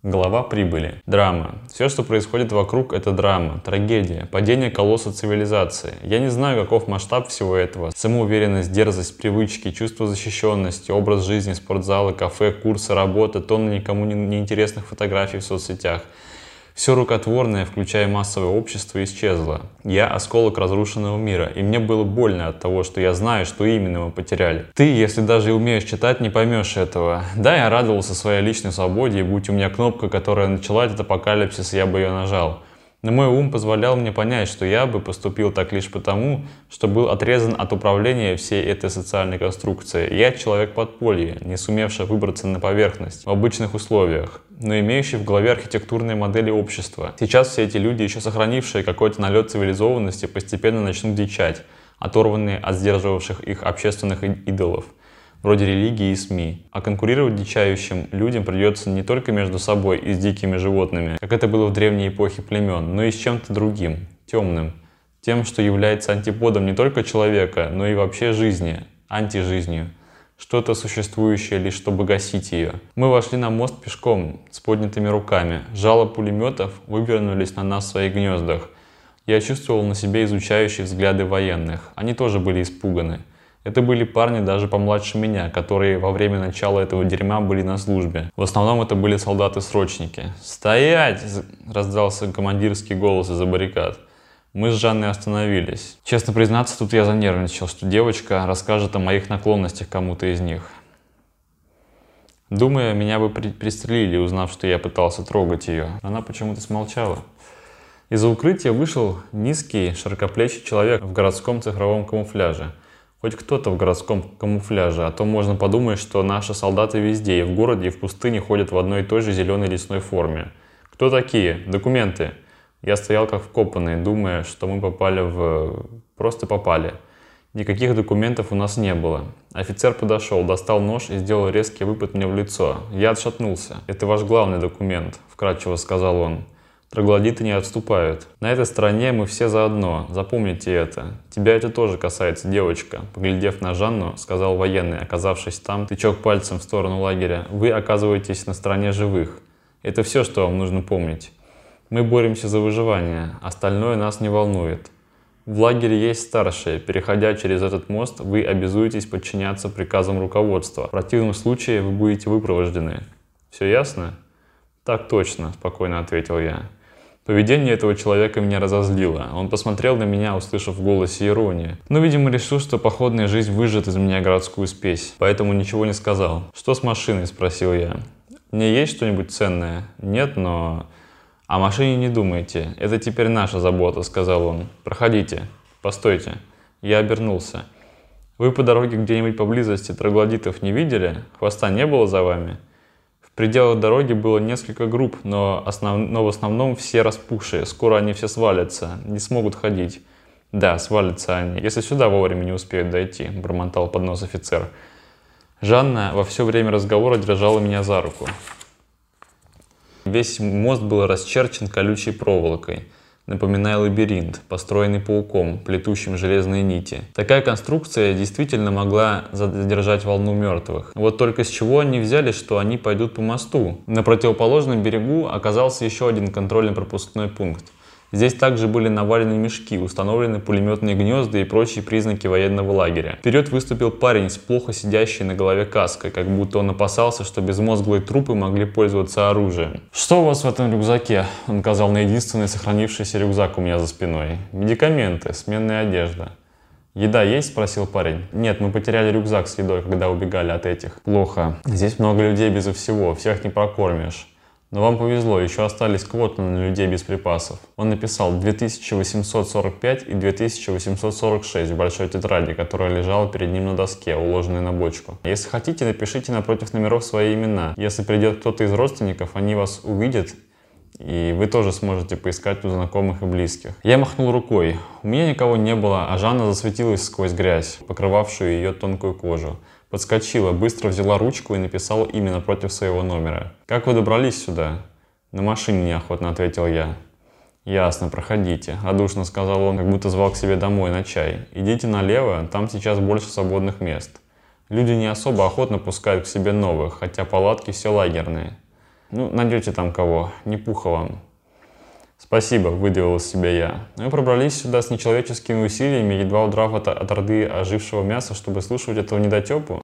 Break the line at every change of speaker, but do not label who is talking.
Глава прибыли. Драма. Все, что происходит вокруг, это драма, трагедия, падение колосса цивилизации. Я не знаю, каков масштаб всего этого. Самоуверенность, дерзость, привычки, чувство защищенности, образ жизни, спортзалы, кафе, курсы, работа, тонны никому не интересных фотографий в соцсетях. Все рукотворное, включая массовое общество, исчезло. Я осколок разрушенного мира, и мне было больно от того, что я знаю, что именно мы потеряли. Ты, если даже и умеешь читать, не поймешь этого. Да, я радовался своей личной свободе, и будь у меня кнопка, которая начала этот апокалипсис, я бы ее нажал. Но мой ум позволял мне понять, что я бы поступил так лишь потому, что был отрезан от управления всей этой социальной конструкцией. Я человек подполья, не сумевший выбраться на поверхность в обычных условиях, но имеющий в голове архитектурные модели общества. Сейчас все эти люди, еще сохранившие какой-то налет цивилизованности, постепенно начнут дичать, оторванные от сдерживавших их общественных идолов, вроде религии и СМИ. А конкурировать дичающим людям придется не только между собой и с дикими животными, как это было в древней эпохе племен, но и с чем-то другим, темным. Тем, что является антиподом не только человека, но и вообще жизни, антижизнью. Что-то существующее лишь чтобы гасить ее. Мы вошли на мост пешком, с поднятыми руками. Жало пулеметов вывернулись на нас в своих гнездах. Я чувствовал на себе изучающие взгляды военных. Они тоже были испуганы. Это были парни даже помладше меня, которые во время начала этого дерьма были на службе. В основном это были солдаты-срочники. «Стоять!» – раздался командирский голос из-за баррикад. Мы с Жанной остановились. Честно признаться, тут я занервничал, что девочка расскажет о моих наклонностях кому-то из них. Думаю, меня бы пристрелили, узнав, что я пытался трогать ее. Она почему-то смолчала. Из-за укрытия вышел низкий, широкоплечий человек в городском цифровом камуфляже. Хоть кто-то в городском камуфляже, а то можно подумать, что наши солдаты везде, и в городе, и в пустыне ходят в одной и той же зеленой лесной форме. Кто такие? Документы. Я стоял как вкопанный, думая, что мы просто попали. Никаких документов у нас не было. Офицер подошел, достал нож и сделал резкий выпад мне в лицо. Я отшатнулся. «Это ваш главный документ», — вкратчиво сказал он. «Троглодиты не отступают. На этой стороне мы все заодно. Запомните это. Тебя это тоже касается, девочка». Поглядев на Жанну, сказал военный, оказавшись там, тычок пальцем в сторону лагеря. «Вы оказываетесь на стороне живых. Это все, что вам нужно помнить. Мы боремся за выживание. Остальное нас не волнует. В лагере есть старшие. Переходя через этот мост, вы обязуетесь подчиняться приказам руководства. В противном случае вы будете выпровождены. Все ясно?» «Так точно», — спокойно ответил я. Поведение этого человека меня разозлило. Он посмотрел на меня, услышав в голосе иронию. Но, видимо, решил, что походная жизнь выжжет из меня городскую спесь. Поэтому ничего не сказал. «Что с машиной?» — спросил я. «Мне есть что-нибудь ценное?» «Нет, но...» «О машине не думайте. Это теперь наша забота», — сказал он. «Проходите. Постойте». Я обернулся. «Вы по дороге где-нибудь поблизости троглодитов не видели? Хвоста не было за вами?» В пределах дороги было несколько групп, но в основном все распухшие. Скоро они все свалятся, не смогут ходить. «Да, свалятся они, если сюда вовремя не успеют дойти», — бормотал под нос офицер. Жанна во все время разговора держала меня за руку. Весь мост был расчерчен колючей проволокой, напоминая лабиринт, построенный пауком, плетущим железные нити. Такая конструкция действительно могла задержать волну мертвых. Вот только с чего они взяли, что они пойдут по мосту? На противоположном берегу оказался еще один контрольно-пропускной пункт. Здесь также были навалены мешки, установлены пулеметные гнезда и прочие признаки военного лагеря. Вперед выступил парень с плохо сидящей на голове каской, как будто он опасался, что безмозглые трупы могли пользоваться оружием. «Что у вас в этом рюкзаке?» — он указал на единственный сохранившийся рюкзак у меня за спиной. «Медикаменты, сменная одежда». «Еда есть?» — спросил парень. «Нет, мы потеряли рюкзак с едой, когда убегали от этих». «Плохо. Здесь много людей безо всего, всех не прокормишь. Но вам повезло, еще остались квоты на людей без припасов». Он написал 2845 и 2846 в большой тетради, которая лежала перед ним на доске, уложенной на бочку. «Если хотите, напишите напротив номеров свои имена. Если придет кто-то из родственников, они вас увидят, и вы тоже сможете поискать у знакомых и близких». Я махнул рукой. У меня никого не было, а Жанна засветилась сквозь грязь, покрывавшую ее тонкую кожу. Подскочила, быстро взяла ручку и написала имя напротив своего номера. «Как вы добрались сюда?» «На машине», — неохотно ответил я. «Ясно, проходите», — радушно сказал он, как будто звал к себе домой на чай. «Идите налево, там сейчас больше свободных мест». Люди не особо охотно пускают к себе новых, хотя палатки все лагерные. Ну, найдете там кого, не пуха вам. Спасибо, выдавил из себя я. Мы пробрались сюда с нечеловеческими усилиями, едва удрав от орды ожившего мяса, чтобы слушать этого недотепу.